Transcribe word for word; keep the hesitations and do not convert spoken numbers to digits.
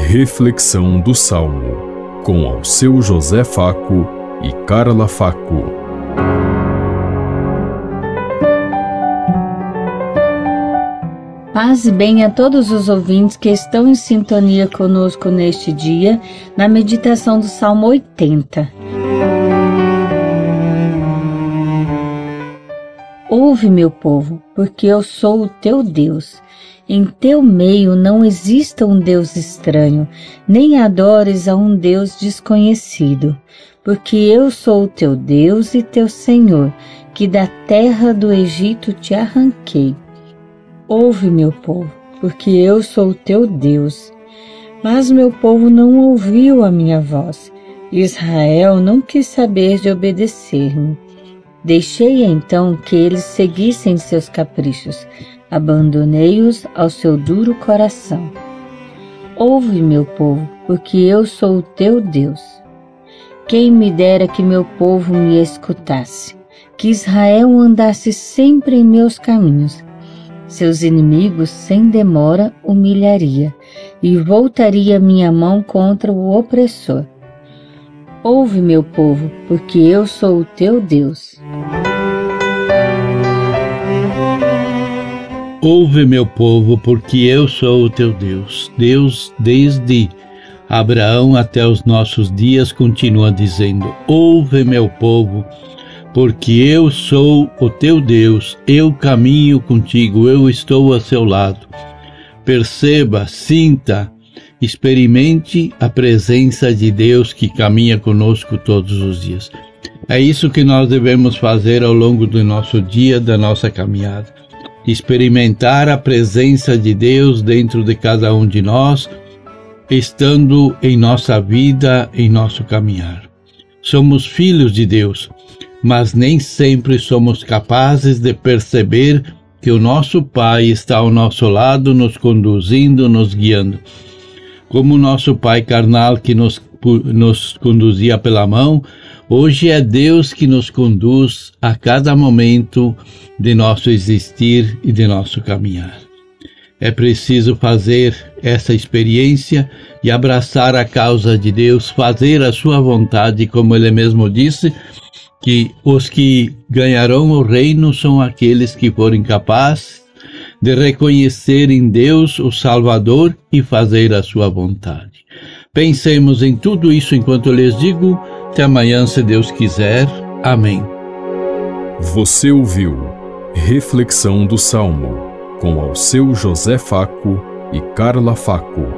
Reflexão do Salmo, com Alceu José Faco e Carla Faco. Paz e bem a todos os ouvintes que estão em sintonia conosco neste dia, na meditação do Salmo oitenta. Ouve, meu povo, porque eu sou o teu Deus. Em teu meio não exista um Deus estranho, nem adores a um Deus desconhecido, porque eu sou o teu Deus e teu Senhor, que da terra do Egito te arranquei. Ouve, meu povo, porque eu sou o teu Deus. Mas meu povo não ouviu a minha voz. Israel não quis saber de obedecer-me. Deixei então que eles seguissem seus caprichos. Abandonei-os ao seu duro coração. Ouve, meu povo, porque eu sou o teu Deus. Quem me dera que meu povo me escutasse, que Israel andasse sempre em meus caminhos. Seus inimigos, sem demora, humilharia, e voltaria minha mão contra o opressor. Ouve, meu povo, porque eu sou o teu Deus. Ouve, meu povo, porque eu sou o teu Deus. Deus, desde Abraão até os nossos dias, continua dizendo: ouve, meu povo, porque eu sou o teu Deus. Eu caminho contigo, eu estou a seu lado. Perceba, sinta, experimente a presença de Deus que caminha conosco todos os dias. É isso que nós devemos fazer ao longo do nosso dia, da nossa caminhada. Experimentar a presença de Deus dentro de cada um de nós, estando em nossa vida, em nosso caminhar. Somos filhos de Deus, mas nem sempre somos capazes de perceber que o nosso Pai está ao nosso lado, nos conduzindo, nos guiando. Como o nosso Pai carnal que nos, nos conduzia pela mão, hoje é Deus que nos conduz a cada momento de nosso existir e de nosso caminhar. É preciso fazer essa experiência e abraçar a causa de Deus, fazer a sua vontade, como Ele mesmo disse, que os que ganharão o reino são aqueles que forem capazes de reconhecer em Deus o Salvador e fazer a sua vontade. Pensemos em tudo isso enquanto eu lhes digo. Até amanhã, se Deus quiser. Amém. Você ouviu Reflexão do Salmo, com Alceu José Faco e Carla Faco.